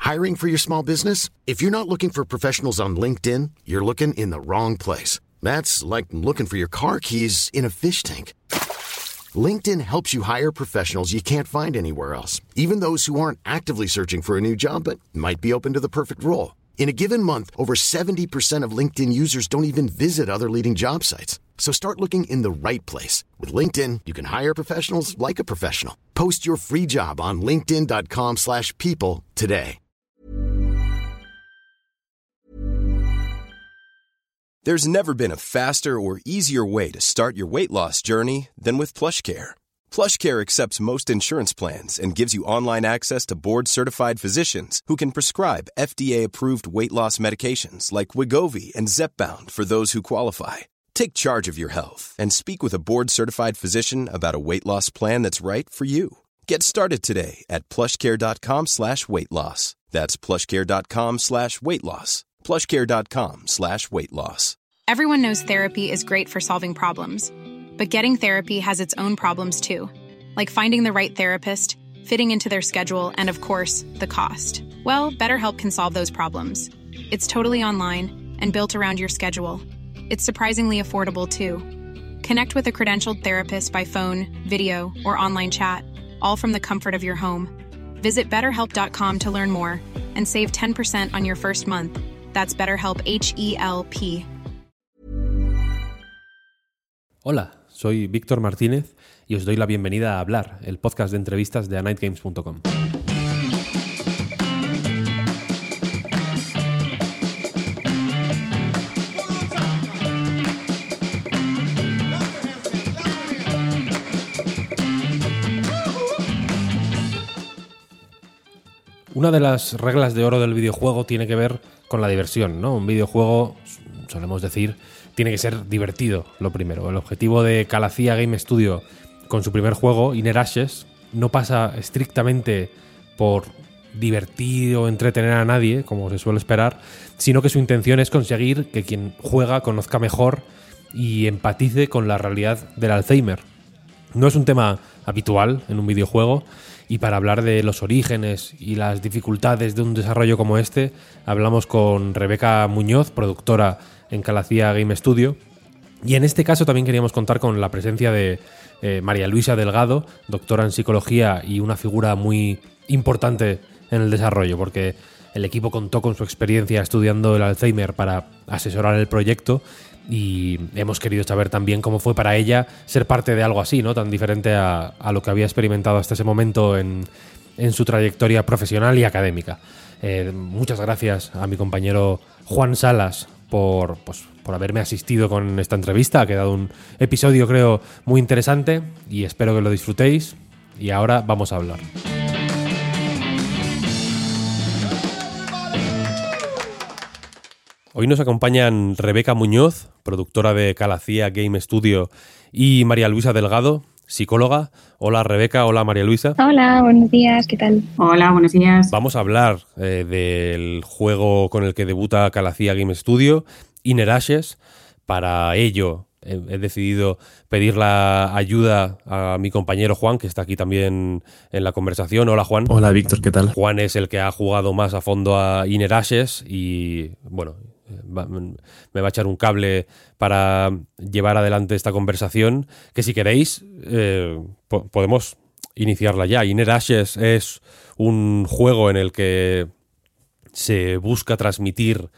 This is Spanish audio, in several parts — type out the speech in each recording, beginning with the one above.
Hiring for your small business? If you're not looking for professionals on LinkedIn, you're looking in the wrong place. That's like looking for your car keys in a fish tank. LinkedIn helps you hire professionals you can't find anywhere else, even those who aren't actively searching for a new job but might be open to the perfect role. In a given month, over 70% of LinkedIn users don't even visit other leading job sites. So start looking in the right place. With LinkedIn, you can hire professionals like a professional. Post your free job on linkedin.com/people today. There's never been a faster or easier way to start your weight loss journey than with PlushCare. PlushCare accepts most insurance plans and gives you online access to board-certified physicians who can prescribe FDA-approved weight loss medications like Wegovy and Zepbound for those who qualify. Take charge of your health and speak with a board-certified physician about a weight loss plan that's right for you. Get started today at plushcare.com/weight-loss. That's plushcare.com/weight-loss. plushcare.com/weight-loss. Everyone knows therapy is great for solving problems, but getting therapy has its own problems too, like finding the right therapist, fitting into their schedule, and of course, the cost. Well, BetterHelp can solve those problems. It's totally online and built around your schedule. It's surprisingly affordable too. Connect with a credentialed therapist by phone, video, or online chat, all from the comfort of your home. Visit BetterHelp.com to learn more and save 10% on your first month. That's BetterHelp, H-E-L-P. Hola, soy Víctor Martínez y os doy la bienvenida a Hablar, el podcast de entrevistas de anightgames.com. Una de las reglas de oro del videojuego tiene que ver con la diversión, ¿no? Un videojuego, solemos decir, tiene que ser divertido, lo primero. El objetivo de Calathea Game Studio con su primer juego, Inner Ashes, no pasa estrictamente por divertir o entretener a nadie, como se suele esperar, sino que su intención es conseguir que quien juega conozca mejor y empatice con la realidad del Alzheimer. No es un tema habitual en un videojuego, y para hablar de los orígenes y las dificultades de un desarrollo como este, hablamos con Rebeca Muñoz, productora en Calathea Game Studio, y en este caso también queríamos contar con la presencia de María Luisa Delgado, doctora en psicología y una figura muy importante en el desarrollo, porque el equipo contó con su experiencia estudiando el Alzheimer para asesorar el proyecto, y hemos querido saber también cómo fue para ella ser parte de algo así, ¿no? Tan diferente a lo que había experimentado hasta ese momento en su trayectoria profesional y académica. Muchas gracias a mi compañero Juan Salas por haberme asistido con esta entrevista. Ha quedado un episodio, creo, muy interesante y espero que lo disfrutéis. Y ahora vamos a hablar. Hoy nos acompañan Rebeca Muñoz, productora de Calathea Game Studio, y María Luisa Delgado, psicóloga. Hola Rebeca, hola María Luisa. Hola, buenos días, ¿qué tal? Hola, buenos días. Vamos a hablar del juego con el que debuta Calathea Game Studio, Inner Ashes. Para ello he decidido pedir la ayuda a mi compañero Juan, que está aquí también en la conversación. Hola Juan. Hola Víctor, ¿qué tal? Juan es el que ha jugado más a fondo a Inner Ashes y, bueno, me va a echar un cable para llevar adelante esta conversación, que si queréis podemos iniciarla ya. Inner Ashes es un juego en el que se busca transmitir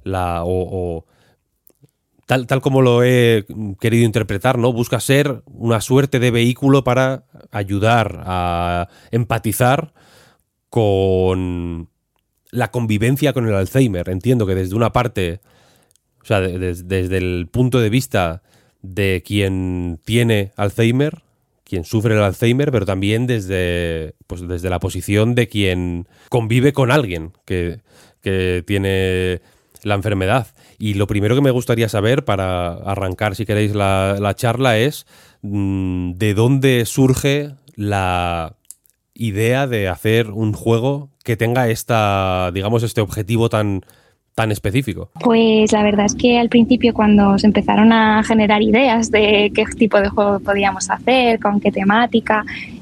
tal como lo he querido interpretar, ¿no? Busca ser una suerte de vehículo para ayudar a empatizar con la convivencia con el Alzheimer. Entiendo que desde una parte, o sea, desde el punto de vista de quien tiene Alzheimer, quien sufre el Alzheimer, pero también desde la posición de quien convive con alguien que tiene la enfermedad. Y lo primero que me gustaría saber, para arrancar, si queréis, la charla, es de dónde surge la idea de hacer un juego que tenga este objetivo tan específico. Pues la verdad es que al principio, cuando se empezaron a generar ideas de qué tipo de juego podíamos hacer, con qué temática,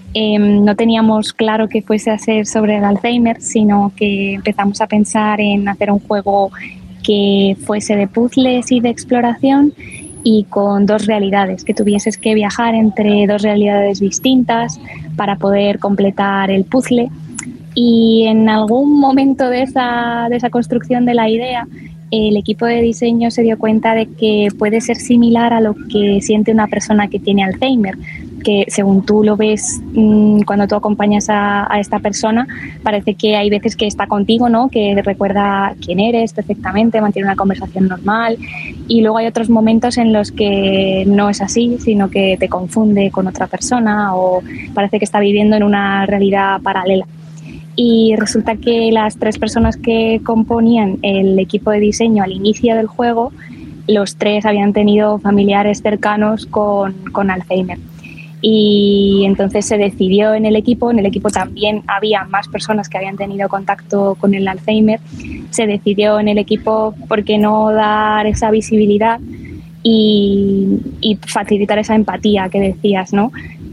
no teníamos claro que fuese a ser sobre el Alzheimer, sino que empezamos a pensar en hacer un juego que fuese de puzzles y de exploración y con dos realidades, que tuvieses que viajar entre dos realidades distintas para poder completar el puzzle. Y en algún momento de esa construcción de la idea, el equipo de diseño se dio cuenta de que puede ser similar a lo que siente una persona que tiene Alzheimer, que según tú lo ves cuando tú acompañas a esta persona, parece que hay veces que está contigo, ¿no? Que recuerda quién eres perfectamente, mantiene una conversación normal, y luego hay otros momentos en los que no es así, sino que te confunde con otra persona o parece que está viviendo en una realidad paralela. Y resulta que las 3 personas que componían el equipo de diseño al inicio del juego, los 3 habían tenido familiares cercanos con Alzheimer. Y entonces se decidió en el equipo también había más personas que habían tenido contacto con el Alzheimer, se decidió en el equipo por qué no dar esa visibilidad y facilitar esa empatía que decías, ¿no?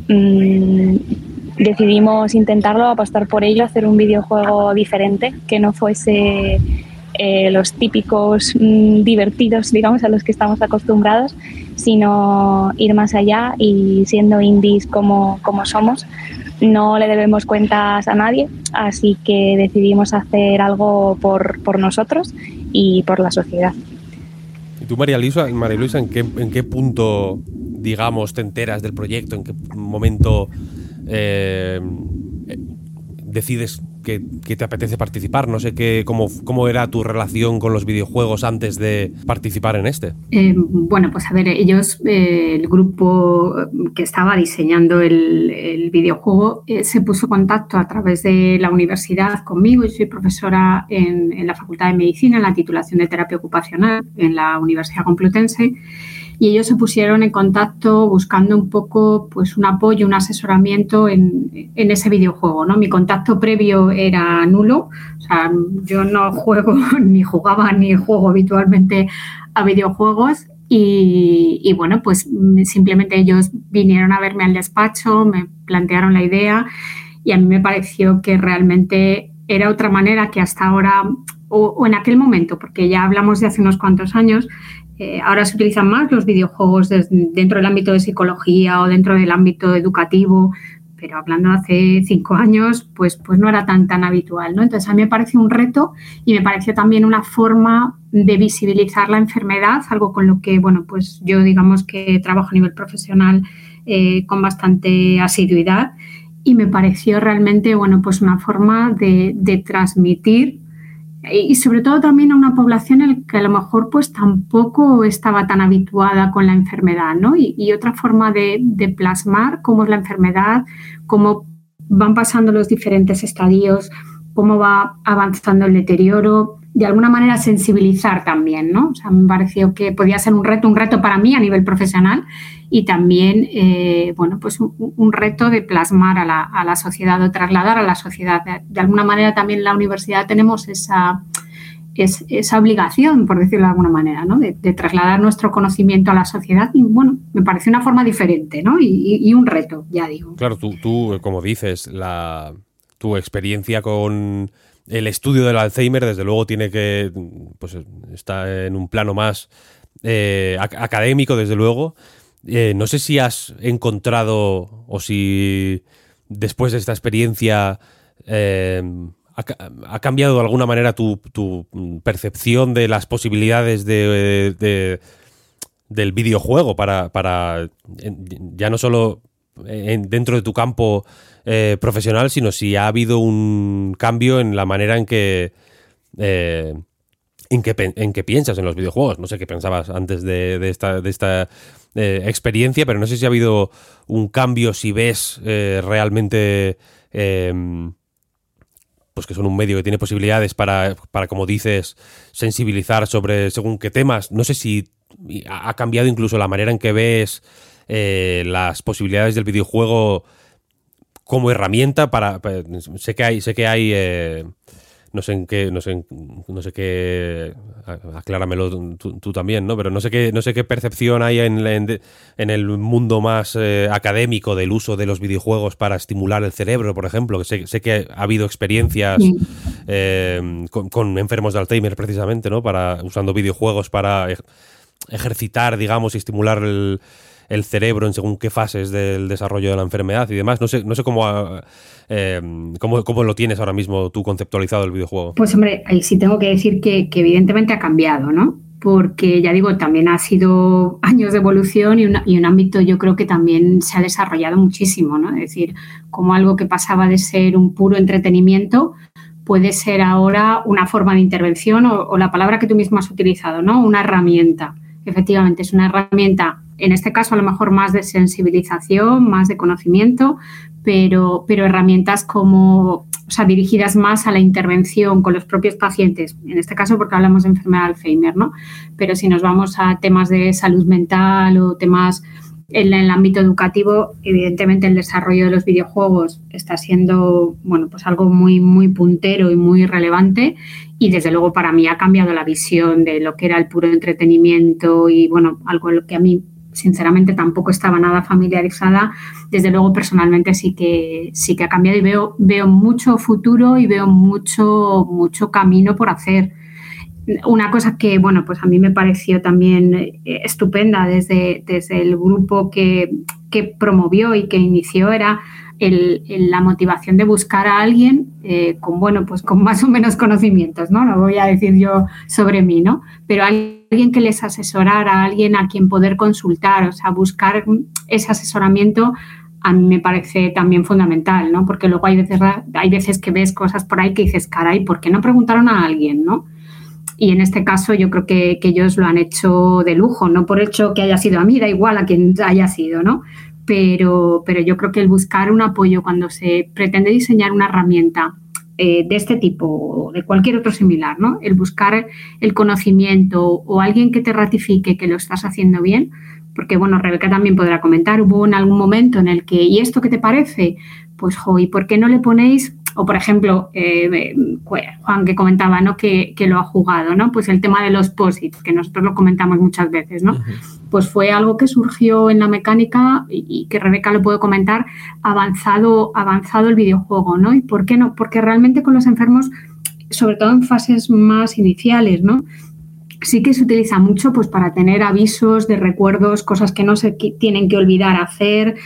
Decidimos intentarlo, apostar por ello, hacer un videojuego diferente, que no fuese los típicos divertidos, digamos, a los que estamos acostumbrados, sino ir más allá y siendo indies como somos, no le debemos cuentas a nadie, así que decidimos hacer algo por nosotros y por la sociedad. ¿Y tú, María Luisa, en qué punto, digamos, te enteras del proyecto? ¿En qué momento decides que te apetece participar? No sé cómo era tu relación con los videojuegos antes de participar en este. Bueno, pues a ver, ellos, el grupo que estaba diseñando el videojuego, se puso en contacto a través de la universidad conmigo. Yo soy profesora en la Facultad de Medicina, en la titulación de Terapia Ocupacional en la Universidad Complutense. Y ellos se pusieron en contacto buscando un poco pues un apoyo, un asesoramiento en ese videojuego, ¿no? Mi contacto previo era nulo, o sea, yo no juego, ni jugaba, ni juego habitualmente a videojuegos y bueno, pues simplemente ellos vinieron a verme al despacho, me plantearon la idea y a mí me pareció que realmente era otra manera que hasta ahora, o en aquel momento, porque ya hablamos de hace unos cuantos años. Ahora se utilizan más los videojuegos dentro del ámbito de psicología o dentro del ámbito educativo, pero hablando de hace 5 años, pues no era tan habitual, ¿no? Entonces, a mí me pareció un reto y me pareció también una forma de visibilizar la enfermedad, algo con lo que, bueno, pues yo digamos que trabajo a nivel profesional con bastante asiduidad y me pareció realmente, bueno, pues una forma de transmitir y sobre todo también a una población en la que a lo mejor pues tampoco estaba tan habituada con la enfermedad, ¿no? Y otra forma de plasmar cómo es la enfermedad, cómo van pasando los diferentes estadios, cómo va avanzando el deterioro, de alguna manera sensibilizar también, ¿no? O sea, me pareció que podía ser un reto para mí a nivel profesional y también, bueno, pues un reto de plasmar a la sociedad o trasladar a la sociedad. De alguna manera también en la universidad tenemos esa obligación, por decirlo de alguna manera, ¿no? De trasladar nuestro conocimiento a la sociedad y, bueno, me pareció una forma diferente, ¿no? Y un reto, ya digo. Claro, tú como dices, tu experiencia con el estudio del Alzheimer, desde luego, tiene que, pues, está en un plano más académico, desde luego. No sé si has encontrado o si después de esta experiencia ha cambiado de alguna manera tu percepción de las posibilidades del videojuego para ya no solo dentro de tu campo profesional, sino si ha habido un cambio en la manera en que piensas en los videojuegos. No sé qué pensabas antes de esta experiencia, pero no sé si ha habido un cambio, si ves realmente pues que son un medio que tiene posibilidades para, como dices, sensibilizar sobre según qué temas. No sé si ha cambiado incluso la manera en que ves las posibilidades del videojuego como herramienta sé que hay no sé qué, acláramelo tú también, ¿no? Pero no sé qué percepción hay en el mundo más académico del uso de los videojuegos para estimular el cerebro, por ejemplo, que sé que ha habido experiencias con enfermos de Alzheimer precisamente, ¿no? Usando videojuegos para ejercitar, digamos, y estimular el cerebro en según qué fases del desarrollo de la enfermedad y demás. No sé cómo lo tienes ahora mismo tú conceptualizado el videojuego. Pues hombre, ahí sí tengo que decir que evidentemente ha cambiado, ¿no? Porque ya digo, también ha sido años de evolución y un ámbito yo creo que también se ha desarrollado muchísimo, ¿no? Es decir, como algo que pasaba de ser un puro entretenimiento puede ser ahora una forma de intervención o la palabra que tú mismo has utilizado, ¿no? Una herramienta. Efectivamente, es una herramienta, en este caso a lo mejor más de sensibilización, más de conocimiento, pero herramientas dirigidas más a la intervención con los propios pacientes, en este caso porque hablamos de enfermedad de Alzheimer, ¿no? Pero si nos vamos a temas de salud mental o temas en el ámbito educativo, evidentemente el desarrollo de los videojuegos está siendo, bueno, pues algo muy, muy puntero y muy relevante y desde luego para mí ha cambiado la visión de lo que era el puro entretenimiento y, bueno, algo en lo que a mí sinceramente tampoco estaba nada familiarizada. Desde luego personalmente sí que ha cambiado y veo mucho futuro y veo mucho camino por hacer. Una cosa que, bueno, pues a mí me pareció también estupenda desde el grupo que promovió y que inició era la motivación de buscar a alguien con más o menos conocimientos, ¿no? No voy a decir yo sobre mí, ¿no? Pero alguien que les asesorara, alguien a quien poder consultar, o sea, buscar ese asesoramiento a mí me parece también fundamental, ¿no? Porque luego hay veces que ves cosas por ahí que dices, caray, ¿por qué no preguntaron a alguien, no? Y en este caso yo creo que ellos lo han hecho de lujo, no por hecho que haya sido a mí, da igual a quien haya sido, ¿no? Pero yo creo que el buscar un apoyo cuando se pretende diseñar una herramienta de este tipo o de cualquier otro similar, ¿no? El buscar el conocimiento o alguien que te ratifique que lo estás haciendo bien, porque, bueno, Rebeca también podrá comentar, hubo en algún momento en el que, ¿y esto qué te parece? Pues, ¿y por qué no le ponéis...? O, por ejemplo, Juan que comentaba, ¿no? que lo ha jugado, ¿no? Pues el tema de los POSIT, que nosotros lo comentamos muchas veces, ¿no? Uh-huh. Pues fue algo que surgió en la mecánica y que Rebeca lo puede comentar, avanzado el videojuego, ¿no? ¿Y por qué no? Porque realmente con los enfermos, sobre todo en fases más iniciales, ¿no? Sí que se utiliza mucho pues para tener avisos de recuerdos, cosas que no se tienen que olvidar hacer,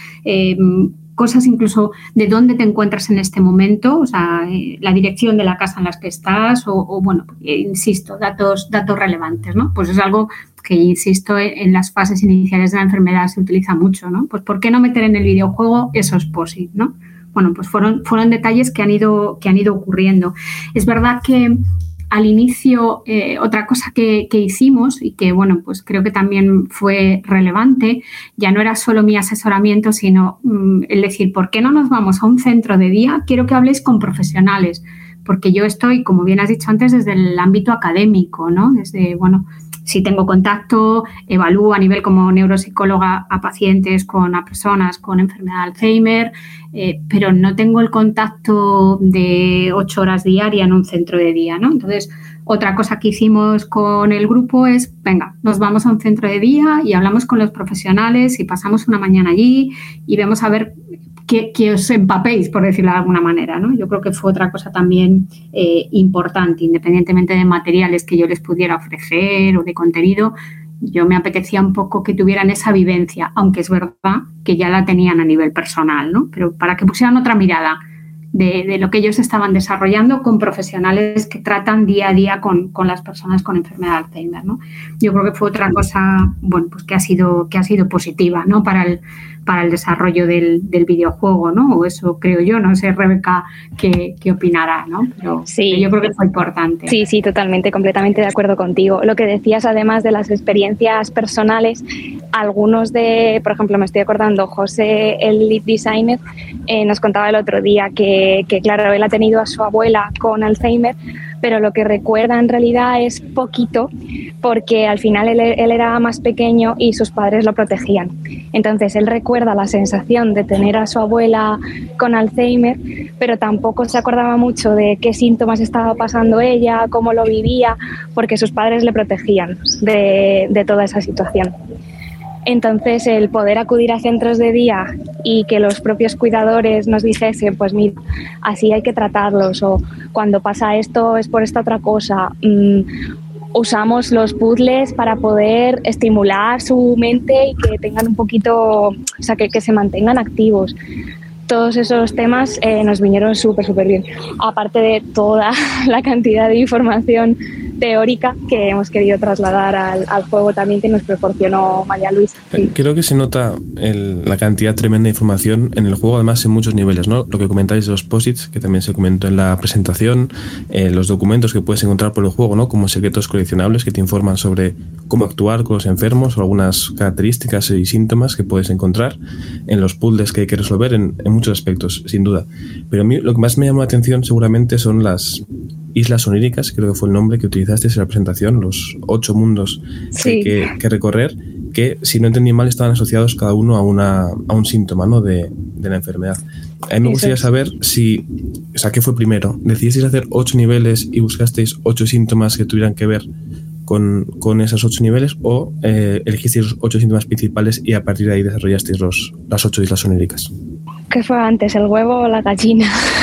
cosas incluso de dónde te encuentras en este momento, o sea, la dirección de la casa en la que estás o bueno, insisto, datos relevantes, ¿no? Pues es algo que, insisto, en las fases iniciales de la enfermedad se utiliza mucho, ¿no? Pues ¿por qué no meter en el videojuego esos POSIT, ¿no? Bueno, pues fueron detalles que han ido ocurriendo. Es verdad que al inicio, otra cosa que hicimos y que, bueno, pues creo que también fue relevante, ya no era solo mi asesoramiento, sino el decir, ¿por qué no nos vamos a un centro de día? Quiero que habléis con profesionales, porque yo estoy, como bien has dicho antes, desde el ámbito académico, ¿no? Desde, bueno, si tengo contacto, evalúo a nivel como neuropsicóloga a pacientes, a personas con enfermedad de Alzheimer, pero no tengo el contacto de 8 horas diarias en un centro de día, ¿no? Entonces, otra cosa que hicimos con el grupo es, venga, nos vamos a un centro de día y hablamos con los profesionales y pasamos una mañana allí y vemos a ver que os empapéis, por decirlo de alguna manera, ¿no? Yo creo que fue otra cosa también importante, independientemente de materiales que yo les pudiera ofrecer o de contenido, yo me apetecía un poco que tuvieran esa vivencia, aunque es verdad que ya la tenían a nivel personal, ¿no? Pero para que pusieran otra mirada de lo que ellos estaban desarrollando con profesionales que tratan día a día con las personas con enfermedad de Alzheimer, ¿no? Yo creo que fue otra cosa, bueno, pues que ha sido positiva, ¿no? Para el desarrollo del videojuego, ¿no? O eso creo yo, no sé, Rebeca, qué opinará, ¿no? Pero sí, yo creo que fue importante. Sí, totalmente, completamente de acuerdo contigo. Lo que decías, además de las experiencias personales, algunos por ejemplo, me estoy acordando, José, el lead designer, nos contaba el otro día que claro, él ha tenido a su abuela con Alzheimer, pero lo que recuerda en realidad es poquito, porque al final él era más pequeño y sus padres lo protegían. Entonces él recuerda la sensación de tener a su abuela con Alzheimer, pero tampoco se acordaba mucho de qué síntomas estaba pasando ella, cómo lo vivía, porque sus padres le protegían de toda esa situación. Entonces, el poder acudir a centros de día y que los propios cuidadores nos dijesen, pues mira, así hay que tratarlos, o cuando pasa esto es por esta otra cosa. Usamos los puzzles para poder estimular su mente y que tengan un poquito, o sea, que se mantengan activos. Todos esos temas nos vinieron súper bien, aparte de toda la cantidad de información teórica que hemos querido trasladar al juego también, que nos proporcionó María Luisa. Sí. Creo que se nota la cantidad tremenda de información en el juego, además en muchos niveles, ¿no? Lo que comentáis de los posits, que también se comentó en la presentación, los documentos que puedes encontrar por el juego, ¿no? Como secretos coleccionables que te informan sobre cómo actuar con los enfermos o algunas características y síntomas que puedes encontrar en los puzzles que hay que resolver en muchos aspectos, sin duda. Pero a mí lo que más me llamó la atención seguramente son las Islas Oníricas, creo que fue el nombre que utilizaste en la presentación, los 8 mundos sí. que recorrer, que si no entendí mal estaban asociados cada uno a un síntoma, ¿no? de la enfermedad. A mí me gustaría saber qué fue primero. ¿Decidisteis hacer 8 niveles y buscasteis 8 síntomas que tuvieran que ver con esos 8 niveles, o elegisteis los 8 síntomas principales y a partir de ahí desarrollasteis las 8 Islas Oníricas? ¿Qué fue antes, el huevo o la gallina?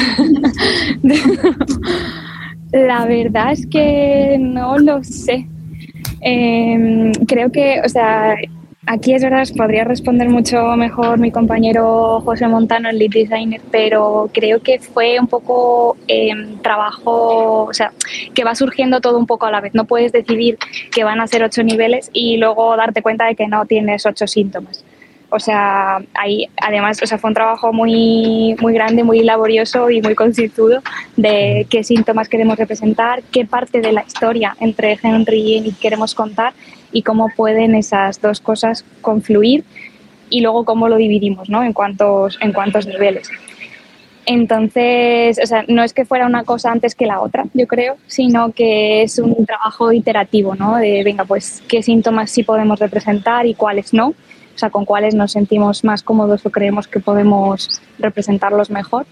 La verdad es que no lo sé. Creo que, o sea, aquí es verdad, podría responder mucho mejor mi compañero José Montano, el lead designer, pero creo que fue un poco trabajo, o sea, que va surgiendo todo un poco a la vez. No puedes decidir que van a ser 8 niveles y luego darte cuenta de que no tienes 8 síntomas. O sea, ahí además, o sea, fue un trabajo muy grande, muy laborioso y muy concienzudo de qué síntomas queremos representar, qué parte de la historia entre Henry y Enid queremos contar y cómo pueden esas dos cosas confluir, y luego cómo lo dividimos, ¿no? En cuántos niveles. Entonces, o sea, no es que fuera una cosa antes que la otra, yo creo, sino que es un trabajo iterativo, ¿no? De, venga, pues, qué síntomas sí podemos representar y cuáles no. O sea, con cuáles nos sentimos más cómodos o creemos que podemos representarlos mejor.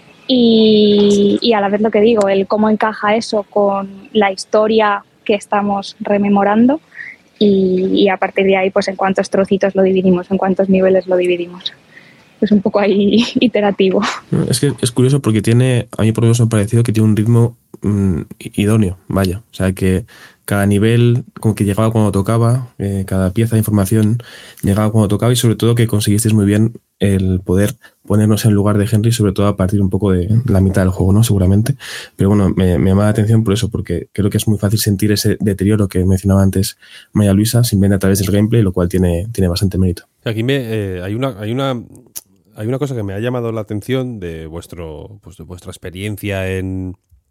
Y a la vez lo que digo, el cómo encaja eso con la historia que estamos rememorando, y a partir de ahí, pues en cuántos trocitos lo dividimos, en cuántos niveles lo dividimos. Es un poco ahí iterativo. Es que es curioso porque a mí por lo menos me ha parecido que tiene un ritmo idóneo, vaya. O sea, que cada nivel como que llegaba cuando tocaba, cada pieza de información llegaba cuando tocaba, y sobre todo que conseguisteis muy bien el poder ponernos en lugar de Henry, sobre todo a partir un poco de la mitad del juego, ¿no? Seguramente. Pero bueno, me llama la atención por eso, porque creo que es muy fácil sentir ese deterioro que mencionaba antes María Luisa, simplemente a través del gameplay, lo cual tiene bastante mérito. Aquí hay una cosa que me ha llamado la atención de vuestra experiencia en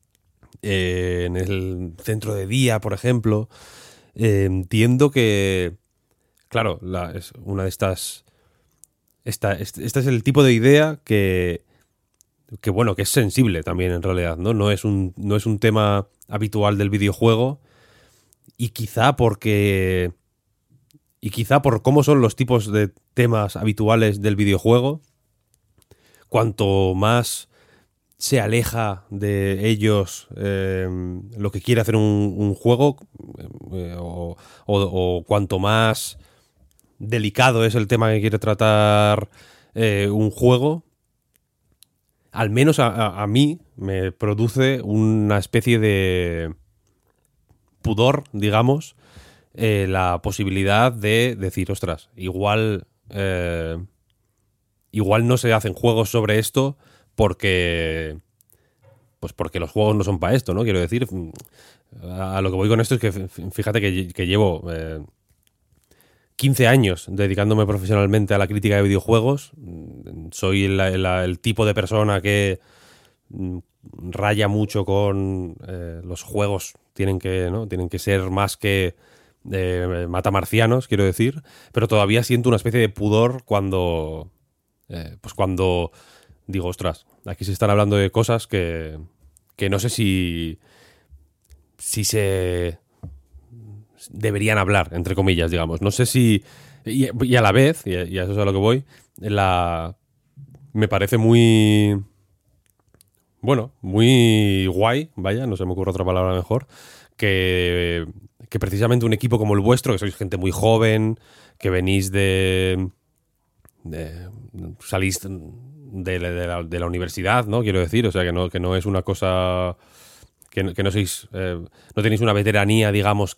el centro de día, por ejemplo. Entiendo que, claro, es una de estas. Esta es el tipo de idea que es sensible también, en realidad, ¿no? No es un tema habitual del videojuego, y quizá por cómo son los tipos de temas habituales del videojuego, cuanto más se aleja de ellos lo que quiere hacer un juego, o cuanto más delicado es el tema que quiere tratar un juego, al menos a mí me produce una especie de pudor, digamos, la posibilidad de decir, ostras, igual no se hacen juegos sobre esto porque los juegos no son para esto, ¿no? Quiero decir, a lo que voy con esto es que fíjate que llevo 15 años dedicándome profesionalmente a la crítica de videojuegos. Soy el tipo de persona que raya mucho con los juegos, tienen que ser más que matamarcianos, quiero decir, pero todavía siento una especie de pudor cuando digo, ostras, aquí se están hablando de cosas que no sé si sí se deberían hablar, entre comillas, digamos. No sé si... Y a la vez, y a eso es a lo que voy, me parece muy... Bueno, muy guay, vaya, no se me ocurre otra palabra mejor, que precisamente un equipo como el vuestro, que sois gente muy joven, que venís salís de la universidad, ¿no? Quiero decir, o sea, que no es una cosa... Que no sois... no tenéis una veteranía, digamos,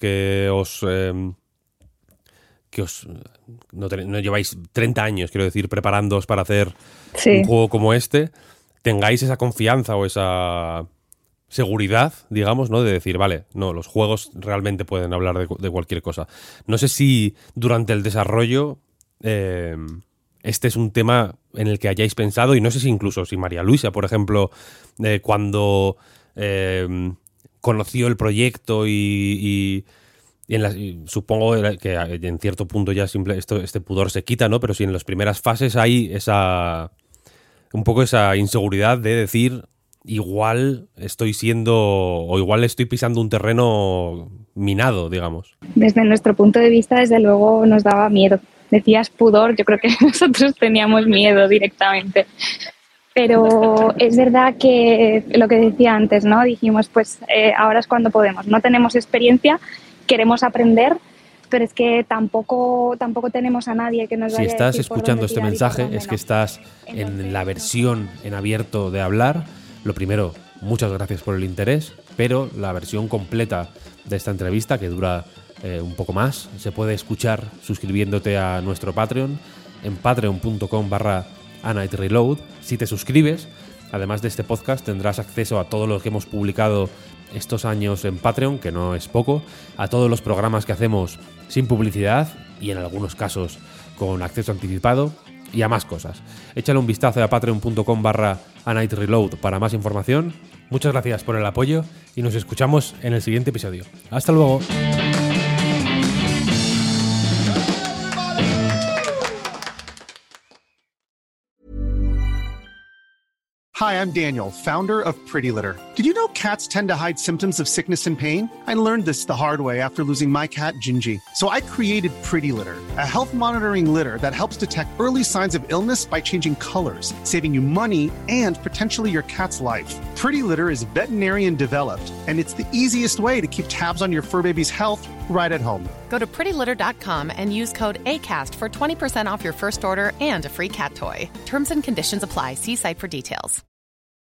no lleváis 30 años, quiero decir, preparándoos para hacer un juego como este, tengáis esa confianza o esa seguridad, digamos, ¿no? De decir, vale, no, los juegos realmente pueden hablar de cualquier cosa. No sé si durante el desarrollo este es un tema en el que hayáis pensado, y no sé si incluso si María Luisa, por ejemplo, cuando conoció el proyecto y supongo que en cierto punto ya este pudor se quita, ¿no? Pero si en las primeras fases hay un poco esa inseguridad de decir, igual estoy pisando un terreno minado, digamos. Desde nuestro punto de vista, desde luego, nos daba miedo. Decías pudor, yo creo que nosotros teníamos miedo directamente. Pero es verdad que lo que decía antes, ¿no? Dijimos, pues ahora es cuando podemos. No tenemos experiencia, queremos aprender, pero es que tampoco tenemos a nadie que nos vaya a decir. Si estás escuchando este mensaje, es que estás en la versión en abierto de Hablar. Lo primero, muchas gracias por el interés, pero la versión completa de esta entrevista, que dura un poco más, se puede escuchar suscribiéndote a nuestro Patreon en patreon.com/ANightReload. Si te suscribes, además de este podcast, tendrás acceso a todo lo que hemos publicado estos años en Patreon, que no es poco, a todos los programas que hacemos sin publicidad y en algunos casos con acceso anticipado y a más cosas. Échale un vistazo a patreon.com/ANightReload para más información. Muchas gracias por el apoyo y nos escuchamos en el siguiente episodio. Hasta luego. Hi, I'm Daniel, founder of Pretty Litter. Did you know cats tend to hide symptoms of sickness and pain? I learned this the hard way after losing my cat, Gingy. So I created Pretty Litter, a health monitoring litter that helps detect early signs of illness by changing colors, saving you money and potentially your cat's life. Pretty Litter is veterinarian developed, and it's the easiest way to keep tabs on your fur baby's health right at home. Go to prettylitter.com and use code ACAST for 20% off your first order and a free cat toy. Terms and conditions apply. See site for details.